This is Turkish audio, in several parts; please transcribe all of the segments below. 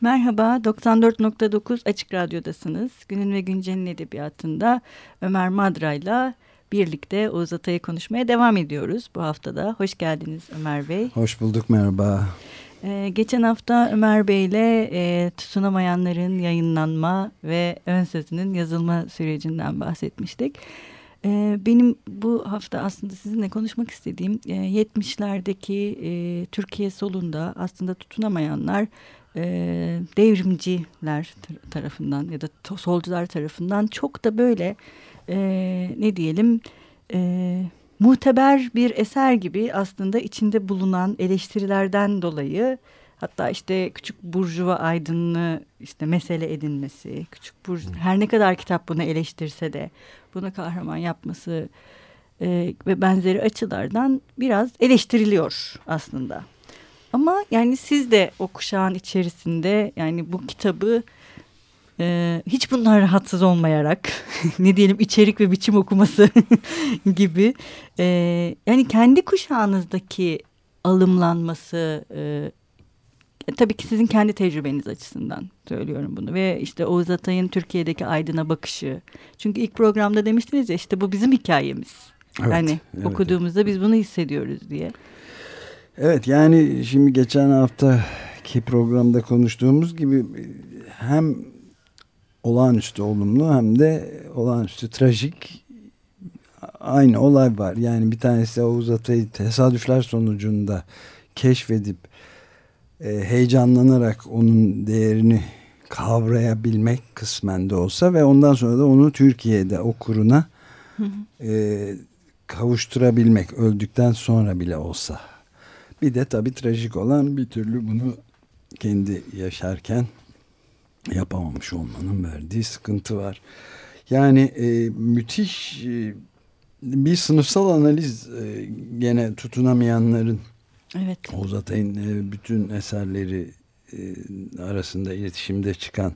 Merhaba, 94.9 Açık Radyo'dasınız. Günün ve Güncel'in edebiyatında Ömer Madra'yla birlikte Oğuz Atay'ı konuşmaya devam ediyoruz bu haftada. Hoş geldiniz Ömer Bey. Hoş bulduk, merhaba. Geçen hafta Ömer Bey'le tutunamayanların yayınlanma ve ön sözünün yazılma sürecinden bahsetmiştik. Benim bu hafta aslında sizinle konuşmak istediğim 70'lerdeki Türkiye solunda aslında tutunamayanlar devrimciler tarafından ya da solcular tarafından çok da böyle ne diyelim muteber bir eser gibi aslında içinde bulunan eleştirilerden dolayı, hatta işte küçük burjuva aydınlığı işte mesele edinmesi, küçük her ne kadar kitap bunu eleştirse de bunu kahraman yapması ve benzeri açılardan biraz eleştiriliyor aslında. Ama yani siz de o kuşağın içerisinde, yani bu kitabı hiç bundan rahatsız olmayarak ne diyelim içerik ve biçim okuması gibi yani kendi kuşağınızdaki alımlanması, tabii ki sizin kendi tecrübeniz açısından söylüyorum bunu ve işte Oğuz Atay'ın Türkiye'deki aydına bakışı. Çünkü ilk programda demiştiniz ya, işte bu bizim hikayemiz. Evet, yani evet. Okuduğumuzda biz bunu hissediyoruz diye. Evet, yani şimdi geçen haftaki programda konuştuğumuz gibi hem olağanüstü olumlu hem de olağanüstü trajik aynı olay var. Yani bir tanesi Oğuz Atay'ı tesadüfler sonucunda keşfedip heyecanlanarak onun değerini kavrayabilmek kısmen de olsa ve ondan sonra da onu Türkiye'de okuruna kavuşturabilmek, öldükten sonra bile olsa. Bir de tabii trajik olan, bir türlü bunu kendi yaşarken yapamamış olmanın verdiği sıkıntı var. Yani müthiş bir sınıfsal analiz, gene tutunamayanların, Evet. Oğuz Atay'ın bütün eserleri arasında iletişimde çıkan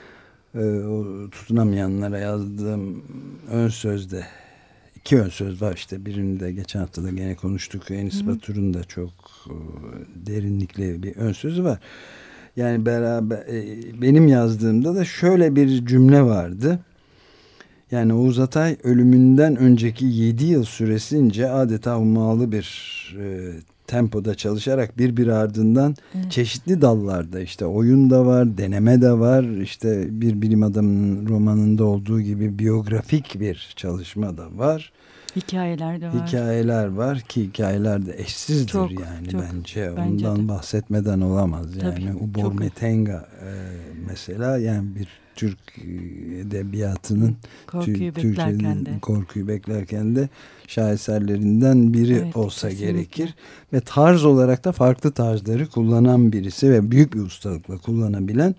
o tutunamayanlara yazdığım ön sözde 2 ön söz var, işte birini de geçen hafta da gene konuştuk. Enis Batur'un da çok derinlikli bir ön sözü var. Yani beraber benim yazdığımda da şöyle bir cümle vardı. Yani Oğuz Atay ölümünden önceki 7 yıl süresince adeta hummalı bir tempoda çalışarak bir ardından çeşitli dallarda, işte oyun da var, deneme de var, işte bir bilim adamının romanında olduğu gibi biyografik bir çalışma da var. Hikayeler de var. Hikayeler var ki hikayeler de eşsizdir çok, yani çok, bence. Ondan bahsetmeden olamaz. Yani tabii, Ubor Metenga mesela, yani bir Türk edebiyatının korkuyu beklerken de şaheserlerinden biri olsa kesinlikle gerekir. Ve tarz olarak da farklı tarzları kullanan birisi ve büyük bir ustalıkla kullanabilen.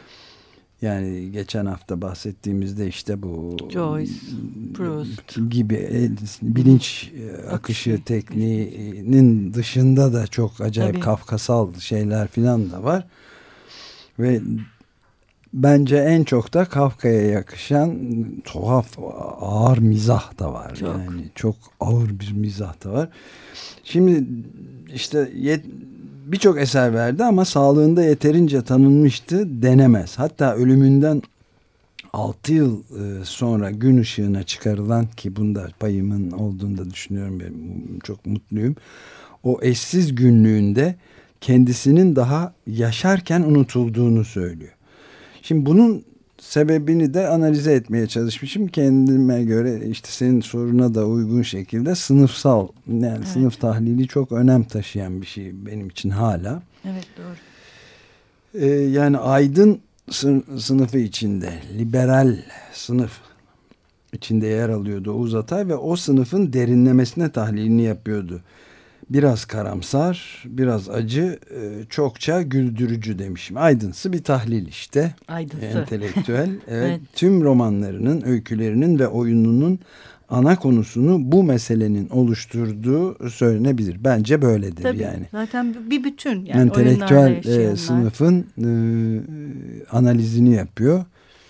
Yani geçen hafta bahsettiğimizde işte bu Joyce, Proust gibi bilinç akışı tekniğinin dışında da çok acayip kafkasal şeyler filan da var. Ve bence en çok da Kafka'ya yakışan tuhaf, ağır mizah da var. Çok. Yani çok ağır bir mizah da var. Şimdi işte birçok eser verdi ama sağlığında yeterince tanınmıştı denemez. Hatta ölümünden 6 yıl sonra gün ışığına çıkarılan, ki bunda payımın olduğunu da düşünüyorum, ben çok mutluyum. O eşsiz günlüğünde kendisinin daha yaşarken unutulduğunu söylüyor. Şimdi bunun sebebini de analize etmeye çalışmışım. Kendime göre işte senin soruna da uygun şekilde sınıfsal, yani sınıf tahlili çok önem taşıyan bir şey benim için hala. Evet, doğru. Yani aydın sınıfı içinde, liberal sınıf içinde yer alıyordu Oğuz Atay ve o sınıfın derinlemesine tahlilini yapıyordu. Biraz karamsar, biraz acı, çokça güldürücü demişim. Aydınsı bir tahlil işte. Aydınsı. Entelektüel. Evet. Tüm romanlarının, öykülerinin ve oyununun ana konusunu bu meselenin oluşturduğu söylenebilir. Bence böyledir. Tabii, yani. Zaten bir bütün. Yani entelektüel sınıfın analizini yapıyor.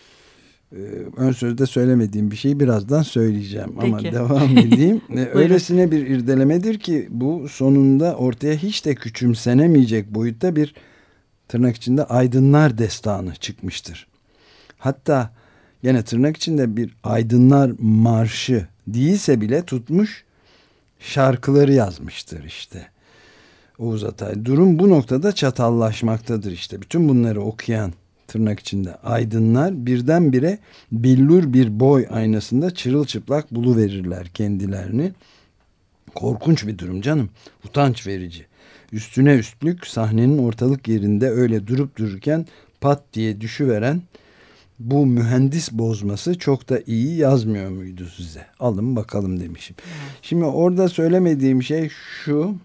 Ön sözde söylemediğim bir şeyi birazdan söyleyeceğim. Peki. Ama devam edeyim. Öylesine bir irdelemedir ki bu sonunda ortaya hiç de küçümsenemeyecek boyutta bir tırnak içinde aydınlar destanı çıkmıştır. Hatta gene tırnak içinde bir aydınlar marşı değilse bile tutmuş şarkıları yazmıştır işte Oğuz Atay. Durum bu noktada çatallaşmaktadır işte. Bütün bunları okuyan tırnak içinde aydınlar birdenbire billur bir boy aynasında çırılçıplak buluverirler kendilerini. Korkunç bir durum canım. Utanç verici. Üstüne üstlük sahnenin ortalık yerinde öyle durup dururken pat diye düşüveren bu mühendis bozması çok da iyi yazmıyor muydu size? Alın bakalım demişim. Şimdi orada söylemediğim şey şu,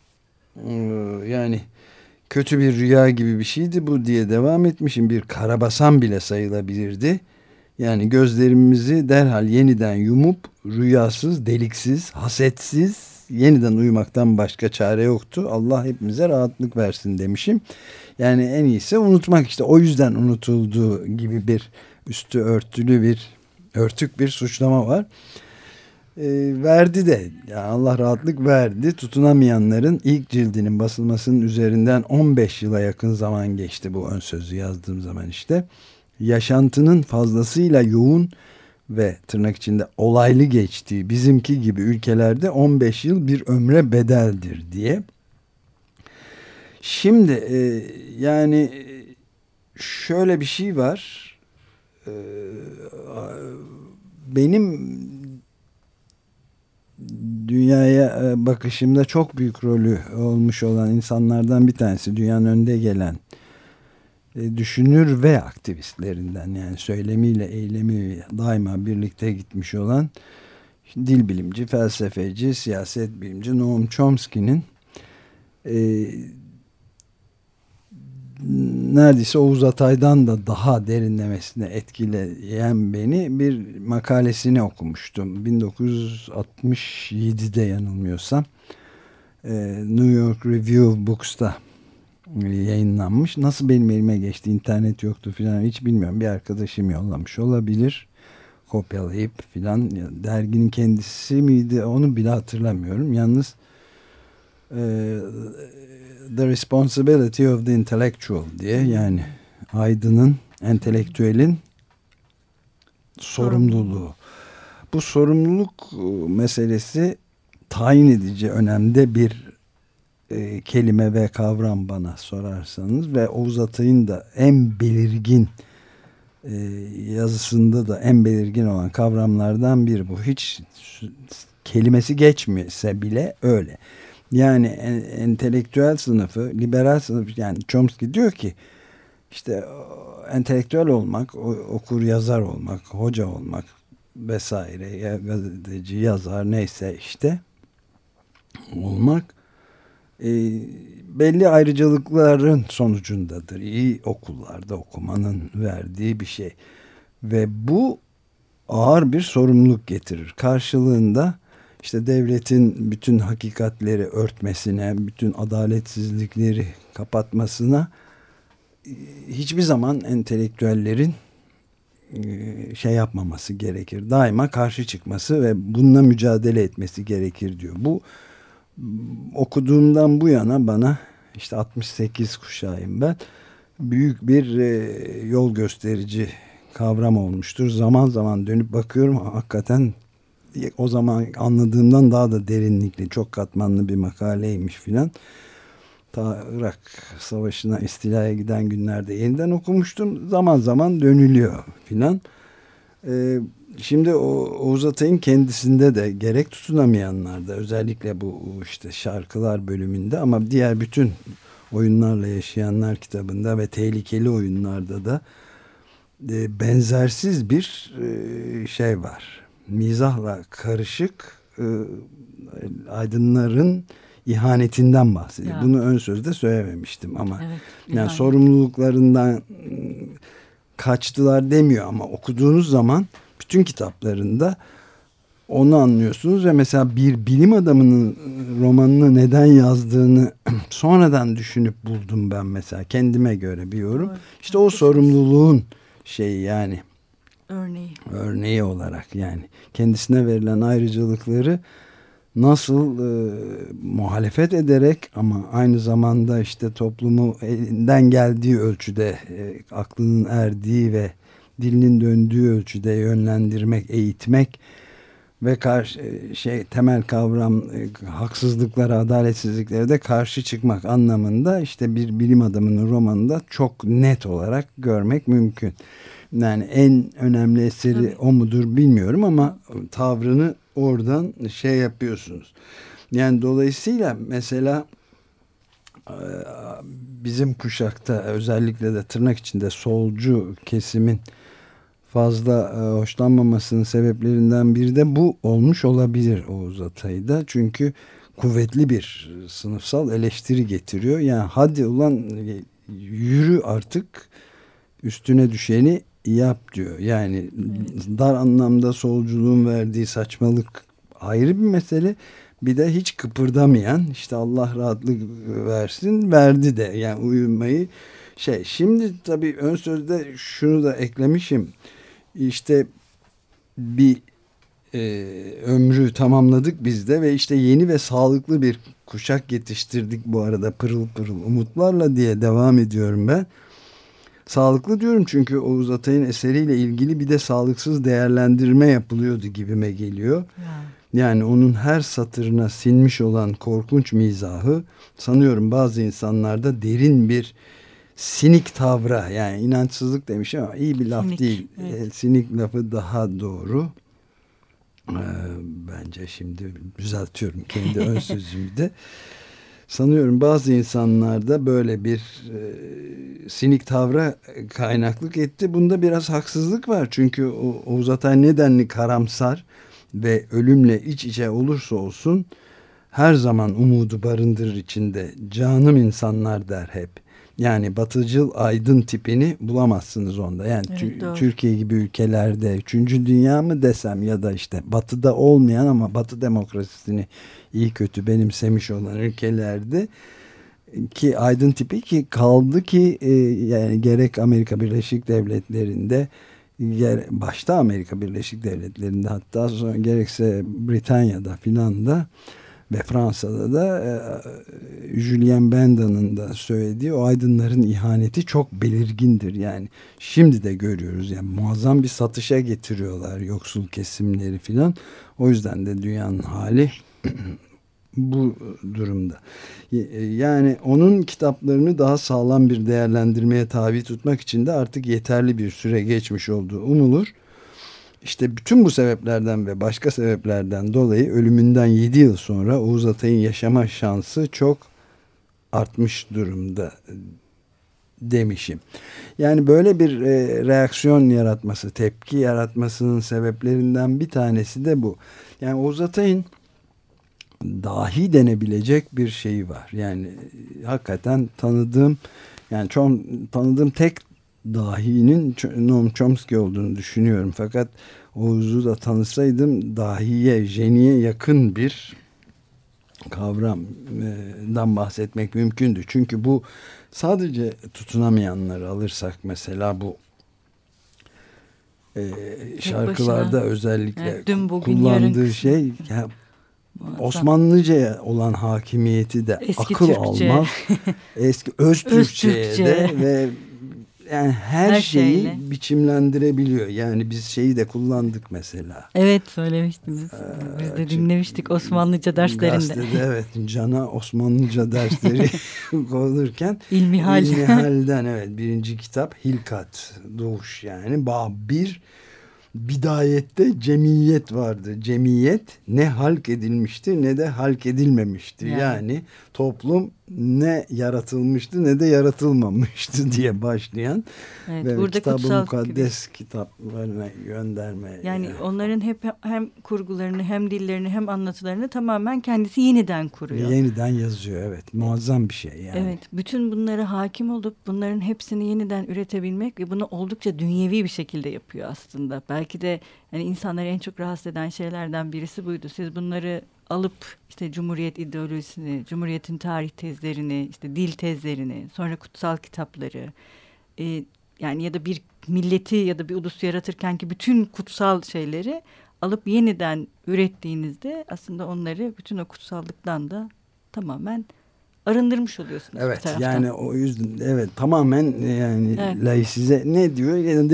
yani kötü bir rüya gibi bir şeydi bu diye devam etmişim. Bir karabasan bile sayılabilirdi. Yani gözlerimizi derhal yeniden yumup rüyasız, deliksiz, hasetsiz yeniden uyumaktan başka çare yoktu. Allah hepimize rahatlık versin demişim. Yani en iyisi unutmak işte. O yüzden unutulduğu gibi bir üstü örtülü bir örtük bir suçlama var. Verdi de yani Allah rahatlık verdi. Tutunamayanların ilk cildinin basılmasının üzerinden 15 yıla yakın zaman geçti bu ön sözü yazdığım zaman işte. Yaşantının fazlasıyla yoğun ve tırnak içinde olaylı geçtiği bizimki gibi ülkelerde 15 yıl bir ömre bedeldir diye. Şimdi yani şöyle bir şey var. Benim dünyaya bakışımda çok büyük rolü olmuş olan insanlardan bir tanesi, dünyanın önde gelen düşünür ve aktivistlerinden, yani söylemiyle eylemi daima birlikte gitmiş olan dil bilimci, felsefeci, siyaset bilimci Noam Chomsky'nin neredeyse Oğuz Atay'dan da daha derinlemesine etkileyen beni bir makalesini okumuştum. 1967'de yanılmıyorsam New York Review of Books'ta yayınlanmış. Nasıl benim elime geçti, internet yoktu filan hiç bilmiyorum. Bir arkadaşım yollamış olabilir, kopyalayıp filan. Derginin kendisi miydi onu bile hatırlamıyorum. Yalnız The Responsibility of the Intellectual diye, yani aydının, entelektüelin sorumluluğu. Bu sorumluluk meselesi tayin edici önemde bir kelime ve kavram bana sorarsanız ve Oğuz Atay'ın da en belirgin yazısında da en belirgin olan kavramlardan biri bu. Hiç kelimesi geçmiyorsa bile öyle. Yani entelektüel sınıfı, liberal sınıf, yani Chomsky diyor ki işte entelektüel olmak, okur yazar olmak, hoca olmak vesaire, ya gazeteci, yazar neyse işte olmak belli ayrıcalıkların sonucundadır. İyi okullarda okumanın verdiği bir şey. Ve bu ağır bir sorumluluk getirir. Karşılığında işte devletin bütün hakikatleri örtmesine, bütün adaletsizlikleri kapatmasına hiçbir zaman entelektüellerin şey yapmaması gerekir. Daima karşı çıkması ve bununla mücadele etmesi gerekir diyor. Bu okuduğumdan bu yana bana, işte 68 kuşağıyım ben, büyük bir yol gösterici kavram olmuştur. Zaman zaman dönüp bakıyorum, hakikaten o zaman anladığımdan daha da derinlikli, çok katmanlı bir makaleymiş filan. Ta Irak Savaşı'na, istilaya giden günlerde yeniden okumuştum. Zaman zaman dönülüyor filan. Şimdi Oğuz Atay'ın kendisinde de, gerek tutunamayanlarda, özellikle bu işte şarkılar bölümünde ama diğer bütün oyunlarla yaşayanlar kitabında ve tehlikeli oyunlarda da benzersiz bir şey var. Mizahla karışık aydınların ihanetinden bahsediyor. Ya. Bunu ön sözde söylememiştim ama evet, yani sorumluluklarından kaçtılar demiyor ama okuduğunuz zaman bütün kitaplarında onu anlıyorsunuz ve mesela bir bilim adamının romanını neden yazdığını sonradan düşünüp buldum ben, mesela kendime göre bir yorum. Evet, işte o sorumluluğun şeyi, yani örneği olarak, yani kendisine verilen ayrıcalıkları nasıl muhalefet ederek ama aynı zamanda işte toplumu elinden geldiği ölçüde aklının erdiği ve dilinin döndüğü ölçüde yönlendirmek, eğitmek ve temel kavram haksızlıklara, adaletsizliklere de karşı çıkmak anlamında işte bir bilim adamının romanında çok net olarak görmek mümkün. Yani en önemli eseri o mudur bilmiyorum ama tavrını oradan yapıyorsunuz. Yani dolayısıyla mesela bizim kuşakta özellikle de tırnak içinde solcu kesimin fazla hoşlanmamasının sebeplerinden biri de bu olmuş olabilir Oğuz Atay'da. Çünkü kuvvetli bir sınıfsal eleştiri getiriyor. Yani hadi ulan yürü artık, üstüne düşeni yap diyor. Yani dar anlamda solculuğun verdiği saçmalık ayrı bir mesele. Bir de hiç kıpırdamayan, işte Allah rahatlık versin, verdi de yani uyumayı Şimdi tabii ön sözde şunu da eklemişim. İşte bir ömrü tamamladık biz de ve işte yeni ve sağlıklı bir kuşak yetiştirdik bu arada pırıl pırıl umutlarla diye devam ediyorum ben. Sağlıklı diyorum çünkü Oğuz Atay'ın eseriyle ilgili bir de sağlıksız değerlendirme yapılıyordu gibime geliyor. Yani onun her satırına sinmiş olan korkunç mizahı sanıyorum bazı insanlarda derin bir sinik tavra, yani inançsızlık demiş ama iyi bir laf sinik, değil. Evet. Sinik lafı daha doğru. Bence şimdi düzeltiyorum kendi ön sözümü de. Sanıyorum bazı insanlarda böyle bir sinik tavra kaynaklık etti. Bunda biraz haksızlık var. Çünkü Oğuz Atay nedenli karamsar ve ölümle iç içe olursa olsun her zaman umudu barındırır içinde. Canım insanlar der hep. Yani batıcıl aydın tipini bulamazsınız onda. Yani evet, Türkiye gibi ülkelerde 3. dünya mı desem ya da işte batıda olmayan ama batı demokrasisini iyi kötü benimsemiş olan ülkelerde ki aydın tipi ki kaldı ki yani gerek Amerika Birleşik Devletleri'nde başta Amerika Birleşik Devletleri'nde hatta sonra gerekse Britanya'da filan da ve Fransa'da da Julien Benda'nın da söylediği o aydınların ihaneti çok belirgindir. Yani şimdi de görüyoruz. Yani muazzam bir satışa getiriyorlar yoksul kesimleri filan. O yüzden de dünyanın hali bu durumda. Yani onun kitaplarını daha sağlam bir değerlendirmeye tabi tutmak için de artık yeterli bir süre geçmiş olduğu umulur. İşte bütün bu sebeplerden ve başka sebeplerden dolayı ölümünden 7 yıl sonra Oğuz Atay'ın yaşama şansı çok artmış durumda demişim. Yani böyle bir reaksiyon yaratması, tepki yaratmasının sebeplerinden bir tanesi de bu. Yani Oğuz Atay'ın dahi denebilecek bir şeyi var. Yani hakikaten tanıdığım tek dahinin Noam Chomsky olduğunu düşünüyorum. Fakat Oğuz'u da tanısaydım dahiye, jeniye yakın bir kavramdan bahsetmek mümkündü. Çünkü bu sadece tutunamayanları alırsak mesela bu şarkılarda özellikle evet, kullandığı şey yani Osmanlıca'ya olan hakimiyeti de eski akıl Türkçe. Almaz. Eski öz Türkçe'ye de ve yani her şeyi biçimlendirebiliyor. Yani biz şeyi de kullandık mesela. Evet söylemiştiniz. Biz de dinlemiştik Osmanlıca derslerinde. Gazetede evet Can'a Osmanlıca dersleri konulurken İlmihal. İlmihal'den evet birinci kitap Hilkat Doğuş yani Bab 1 bidayette cemiyet vardı. Cemiyet ne halk edilmişti ne de halk edilmemişti. Yani toplum ne yaratılmıştı ne de yaratılmamıştı diye başlayan evet, ve kitab-ı mukaddes kitaplarına gönderme. Yani onların hep hem kurgularını hem dillerini hem anlatılarını tamamen kendisi yeniden kuruyor. Yeniden yazıyor evet. Muazzam bir şey yani. Evet. Bütün bunlara hakim olup bunların hepsini yeniden üretebilmek ve bunu oldukça dünyevi bir şekilde yapıyor aslında. Belki de yani insanları en çok rahatsız eden şeylerden birisi buydu. Siz bunları alıp işte Cumhuriyet ideolojisini, Cumhuriyet'in tarih tezlerini, işte dil tezlerini, sonra kutsal kitapları, yani ya da bir milleti ya da bir ulus yaratırken ki bütün kutsal şeyleri alıp yeniden ürettiğinizde aslında onları bütün o kutsallıktan da tamamen arındırmış oluyorsunuz. Evet, yani o yüzden evet tamamen yani laisize ne diyor yani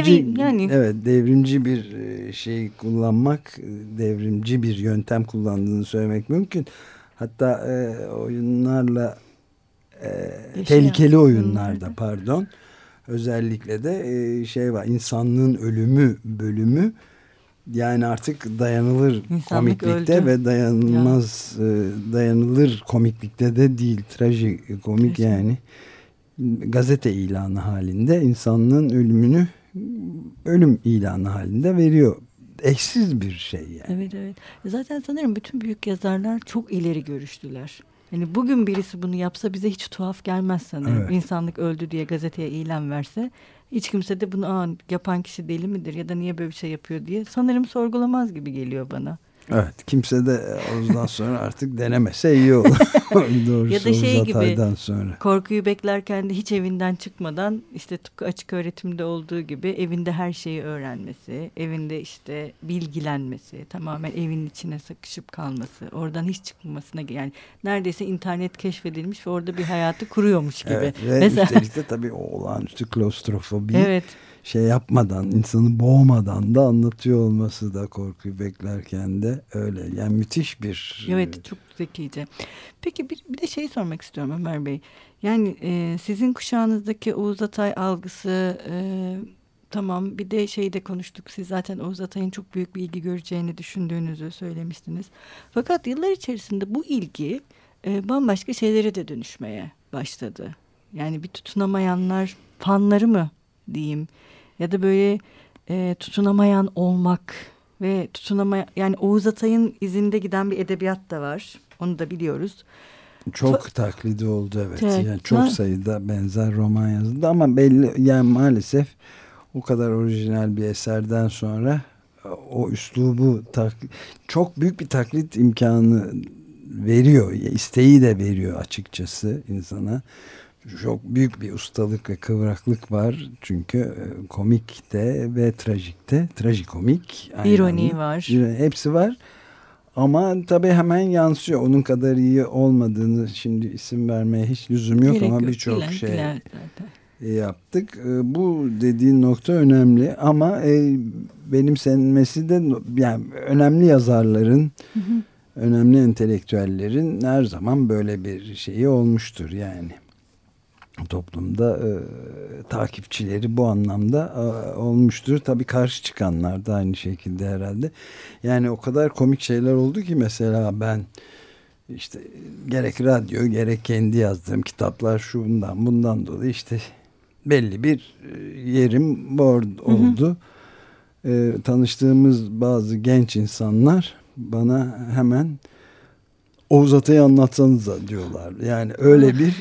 devrimci bir şey kullanmak, devrimci bir yöntem kullandığını söylemek mümkün. Hatta oyunlarla tehlikeli oyunlarda pardon, özellikle de şey var, insanlığın ölümü bölümü. Yani artık dayanılır İnsanlık komiklikte öldü. Ve dayanılır komiklikte de değil, trajikomik yani gazete ilanı halinde insanlığın ölümünü ölüm ilanı halinde veriyor. Eşsiz bir şey yani. Evet. Zaten sanırım bütün büyük yazarlar çok ileri görüşlüler. Yani bugün birisi bunu yapsa bize hiç tuhaf gelmez sanırım. Evet. İnsanlık öldü diye gazeteye ilan verse hiç kimse de bunu yapan kişi deli midir ya da niye böyle bir şey yapıyor diye sanırım sorgulamaz gibi geliyor bana. Evet, kimse de ondan sonra artık denemese iyi olur. Doğrusu, ya da şey gibi sonra. Korkuyu beklerken de hiç evinden çıkmadan işte tıpkı açık öğretimde olduğu gibi evinde her şeyi öğrenmesi, evinde işte bilgilenmesi, tamamen evin içine sıkışıp kalması, oradan hiç çıkmamasına, yani neredeyse internet keşfedilmiş ve orada bir hayatı kuruyormuş gibi. Evet, ve üstelik de tabii o olağanüstü klostrofobi şey yapmadan, insanı boğmadan da anlatıyor olması da korkuyu beklerken de öyle. Yani müthiş bir... Evet, çok zekice. Peki bir de şey sormak istiyorum Ömer Bey. Yani sizin kuşağınızdaki Oğuz Atay algısı tamam, bir de şeyde konuştuk. Siz zaten Oğuz Atay'ın çok büyük bir ilgi göreceğini düşündüğünüzü söylemiştiniz. Fakat yıllar içerisinde bu ilgi bambaşka şeylere de dönüşmeye başladı. Yani bir tutunamayanlar fanları mı diyeyim, ya da böyle tutunamayan olmak ve yani Oğuz Atay'ın izinde giden bir edebiyat da var. Onu da biliyoruz. Çok taklidi oldu evet. Yani çok sayıda benzer roman yazıldı ama belli, yani maalesef o kadar orijinal bir eserden sonra o üslubu çok büyük bir taklit imkanı veriyor. İsteği de veriyor açıkçası insana. Çok büyük bir ustalık ve kıvraklık var. Çünkü komikte ve trajikte, trajikomik. İroni var. Hepsi var. Ama tabii hemen yansıyor. Onun kadar iyi olmadığını şimdi isim vermeye hiç lüzum yok. Gerek ama birçok şey yaptık. Bu dediğin nokta önemli ama benimsenmesi de yani önemli yazarların, önemli entelektüellerin her zaman böyle bir şeyi olmuştur yani. Toplumda takipçileri bu anlamda olmuştur. Tabii karşı çıkanlar da aynı şekilde herhalde. Yani o kadar komik şeyler oldu ki mesela ben işte gerek radyo gerek kendi yazdığım kitaplar bundan dolayı işte belli bir yerim oldu. Tanıştığımız bazı genç insanlar bana hemen Oğuz Atay'ı anlatsanıza diyorlar. Yani öyle bir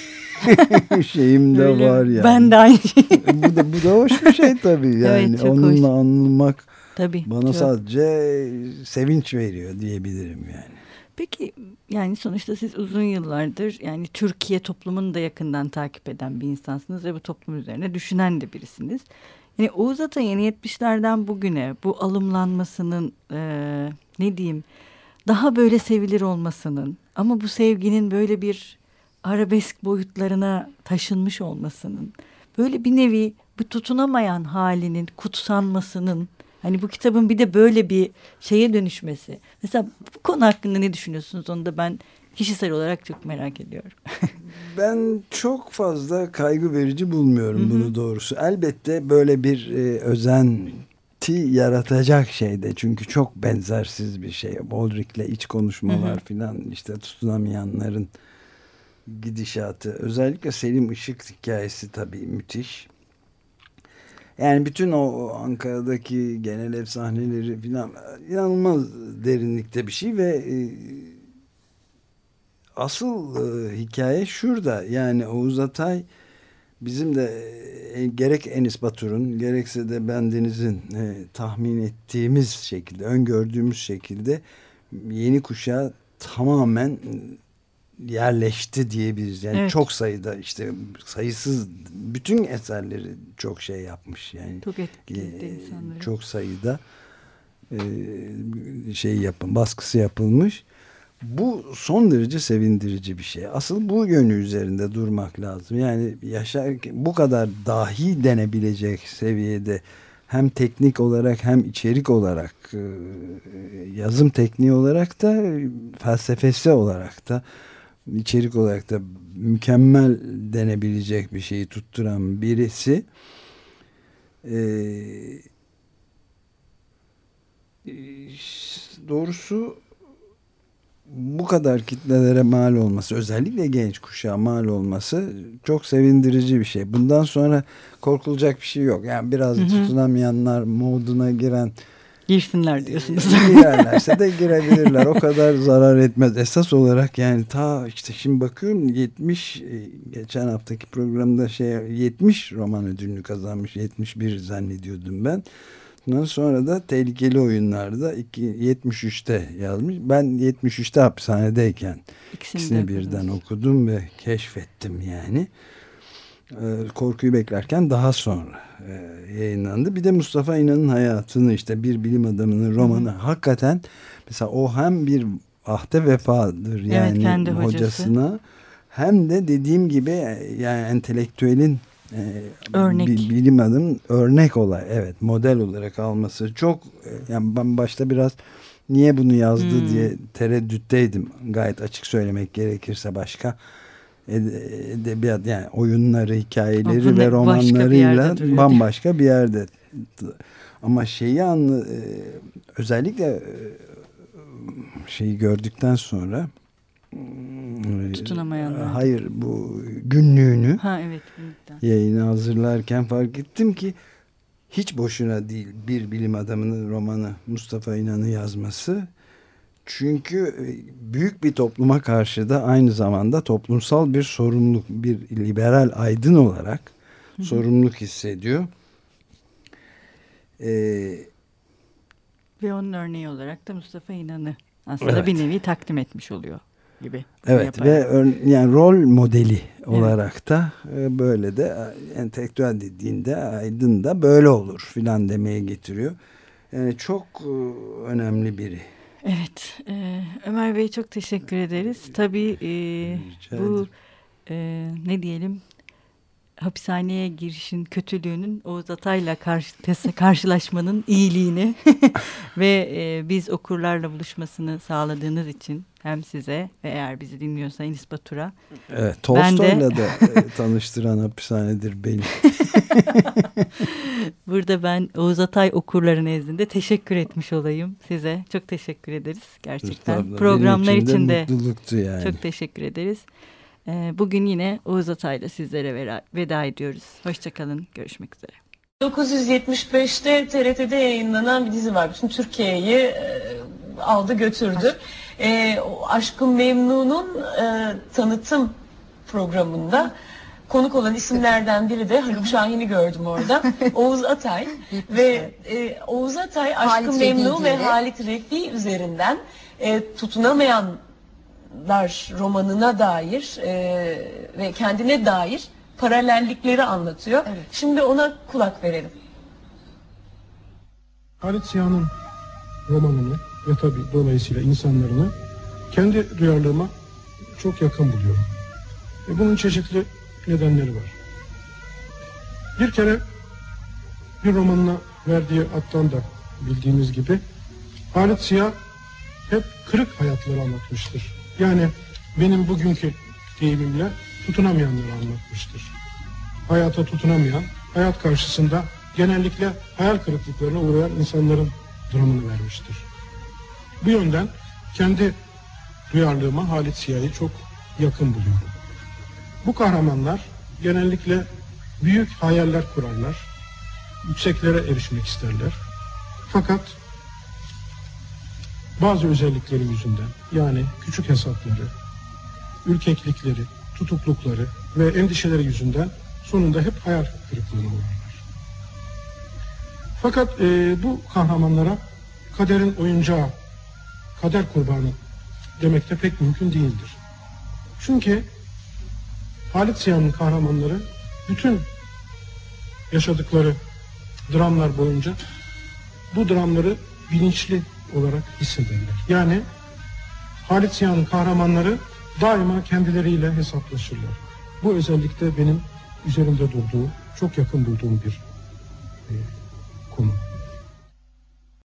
şeyim de öyle var yani. Ben de aynı şey. bu da hoş bir şey tabii yani. Evet, onunla hoş. Anılmak tabii, bana çok. Sadece sevinç veriyor diyebilirim yani. Peki yani sonuçta siz uzun yıllardır yani Türkiye toplumunu da yakından takip eden bir insansınız ve bu toplum üzerine düşünen de birisiniz. Yani Oğuz Atay'ın 70'lerden bugüne bu alımlanmasının ne diyeyim daha böyle sevilir olmasının ama bu sevginin böyle bir arabesk boyutlarına taşınmış olmasının, böyle bir nevi bu tutunamayan halinin kutsanmasının, hani bu kitabın bir de böyle bir şeye dönüşmesi. Mesela bu konu hakkında ne düşünüyorsunuz? Onu da ben kişisel olarak çok merak ediyorum. Ben çok fazla kaygı verici bulmuyorum bunu doğrusu. Elbette böyle bir özenti yaratacak şeyde. Çünkü çok benzersiz bir şey. Boldrick'le iç konuşmalar filan, işte tutunamayanların gidişatı. Özellikle Selim Işık hikayesi tabii müthiş. Yani bütün o Ankara'daki genel ev sahneleri filan inanılmaz derinlikte bir şey ve asıl hikaye şurada. Yani Oğuz Atay bizim de gerek Enis Batur'un gerekse de bendenizin tahmin ettiğimiz şekilde, öngördüğümüz şekilde yeni kuşağa tamamen yerleşti diyebiliriz. Yani evet. Çok sayıda işte sayısız bütün eserleri çok şey yapmış yani. Çok etkiledi insanları. Çok sayıda baskısı yapılmış. Bu son derece sevindirici bir şey. Asıl bu yönü üzerinde durmak lazım. Yani yaşarken bu kadar dahi denebilecek seviyede hem teknik olarak hem içerik olarak, yazım tekniği olarak da, felsefesi olarak da, içerik olarak da mükemmel denebilecek bir şeyi tutturan birisi doğrusu bu kadar kitlelere mal olması, özellikle genç kuşağa mal olması çok sevindirici bir şey. Bundan sonra korkulacak bir şey yok. Yani biraz tutunamayanlar moduna girsinler diyorsunuz. Girerlerse de girebilirler. O kadar zarar etmez. Esas olarak yani işte şimdi bakıyorum 70, geçen haftaki programda 70 roman ödülünü kazanmış. 71 zannediyordum ben. Ondan sonra da Tehlikeli Oyunlar'da 73'te yazmış. Ben 73'te hapishanedeyken ikisini birden okudum ve keşfettim yani. Korkuyu Beklerken daha sonra yayınlandı. Bir de Mustafa İnan'ın hayatını, işte bir bilim adamının romanı. Hakikaten mesela o hem bir ahde vefadır yani, evet, kendi hocasına, hem de dediğim gibi yani entelektüelin örnek. Bilim adamın örnek olay, evet, model olarak alması çok, yani ben başta biraz niye bunu yazdı diye tereddütteydim, gayet açık söylemek gerekirse. Başka edebiyat, yani oyunları, hikayeleri ve romanlarıyla bambaşka bir yerde. Ama özellikle şeyi gördükten sonra, tutunamayanlar. Hayır, bu günlüğünü evet, yayını hazırlarken fark ettim ki hiç boşuna değil bir bilim adamının romanı, Mustafa İnan'ı yazması. Çünkü büyük bir topluma karşı da aynı zamanda toplumsal bir sorumluluk, bir liberal aydın olarak sorumluluk hissediyor. Ve onun örneği olarak da Mustafa İnan'ı aslında bir nevi takdim etmiş oluyor gibi. Evet, ve yani rol modeli olarak da böyle de entelektüel dediğinde aydın da böyle olur filan demeye getiriyor. Yani çok önemli biri. Evet, Ömer Bey çok teşekkür ederiz. Tabii bu ne diyelim, hapishaneye girişin kötülüğünün Oğuz Atay'la karşılaşmanın iyiliğini ve biz okurlarla buluşmasını sağladığınız için hem size ve eğer bizi dinliyorsa Enis Batur'a. Evet, Tolstoy'la da tanıştıran hapishanedir beni. Burada ben Oğuz Atay okurları nezdinde teşekkür etmiş olayım size. Çok teşekkür ederiz gerçekten. Programlar için de mutluluktu yani. Çok teşekkür ederiz. Bugün yine Oğuz Atay'la sizlere veda ediyoruz. Hoşçakalın, görüşmek üzere. 1975'te TRT'de yayınlanan bir dizi var. Bütün Türkiye'yi aldı götürdü. Aşk-ı Memnun'un tanıtım programında konuk olan isimlerden biri de Haluk Şahin'i gördüm orada. Oğuz Atay ve Oğuz Atay Aşk-ı Memnun ve Halit Refi üzerinden tutunamayanlar romanına dair ve kendine dair paralellikleri anlatıyor. Evet. Şimdi ona kulak verelim. Halit Ziya'nın romanını ve tabii dolayısıyla insanlarını kendi duyarlılığıma çok yakın buluyorum. Bunun çeşitli nedenleri var. Bir kere bir romanına verdiği addan da bildiğiniz gibi Halit Ziya hep kırık hayatları anlatmıştır. Yani benim bugünkü deyimimle tutunamayanları anlatmıştır. Hayata tutunamayan, hayat karşısında genellikle hayal kırıklıklarına uğrayan insanların dramını vermiştir. Bu yönden kendi duyarlılığıma Halit Ziya'yı çok yakın buluyorum. Bu kahramanlar genellikle büyük hayaller kurarlar, yükseklere erişmek isterler. Fakat bazı özellikleri yüzünden, yani küçük hesapları, ürkeklikleri, tutuklukları ve endişeleri yüzünden sonunda hep hayal kırıklığına uğrarlar. Fakat bu kahramanlara kaderin oyuncağı, kader kurbanı demek de pek mümkün değildir. Çünkü Halit Ziya'nın kahramanları bütün yaşadıkları dramlar boyunca bu dramları bilinçli olarak hissederler. Yani Halit Ziya'nın kahramanları daima kendileriyle hesaplaşırlar. Bu özellikle benim üzerimde durduğu, çok yakın bulduğum bir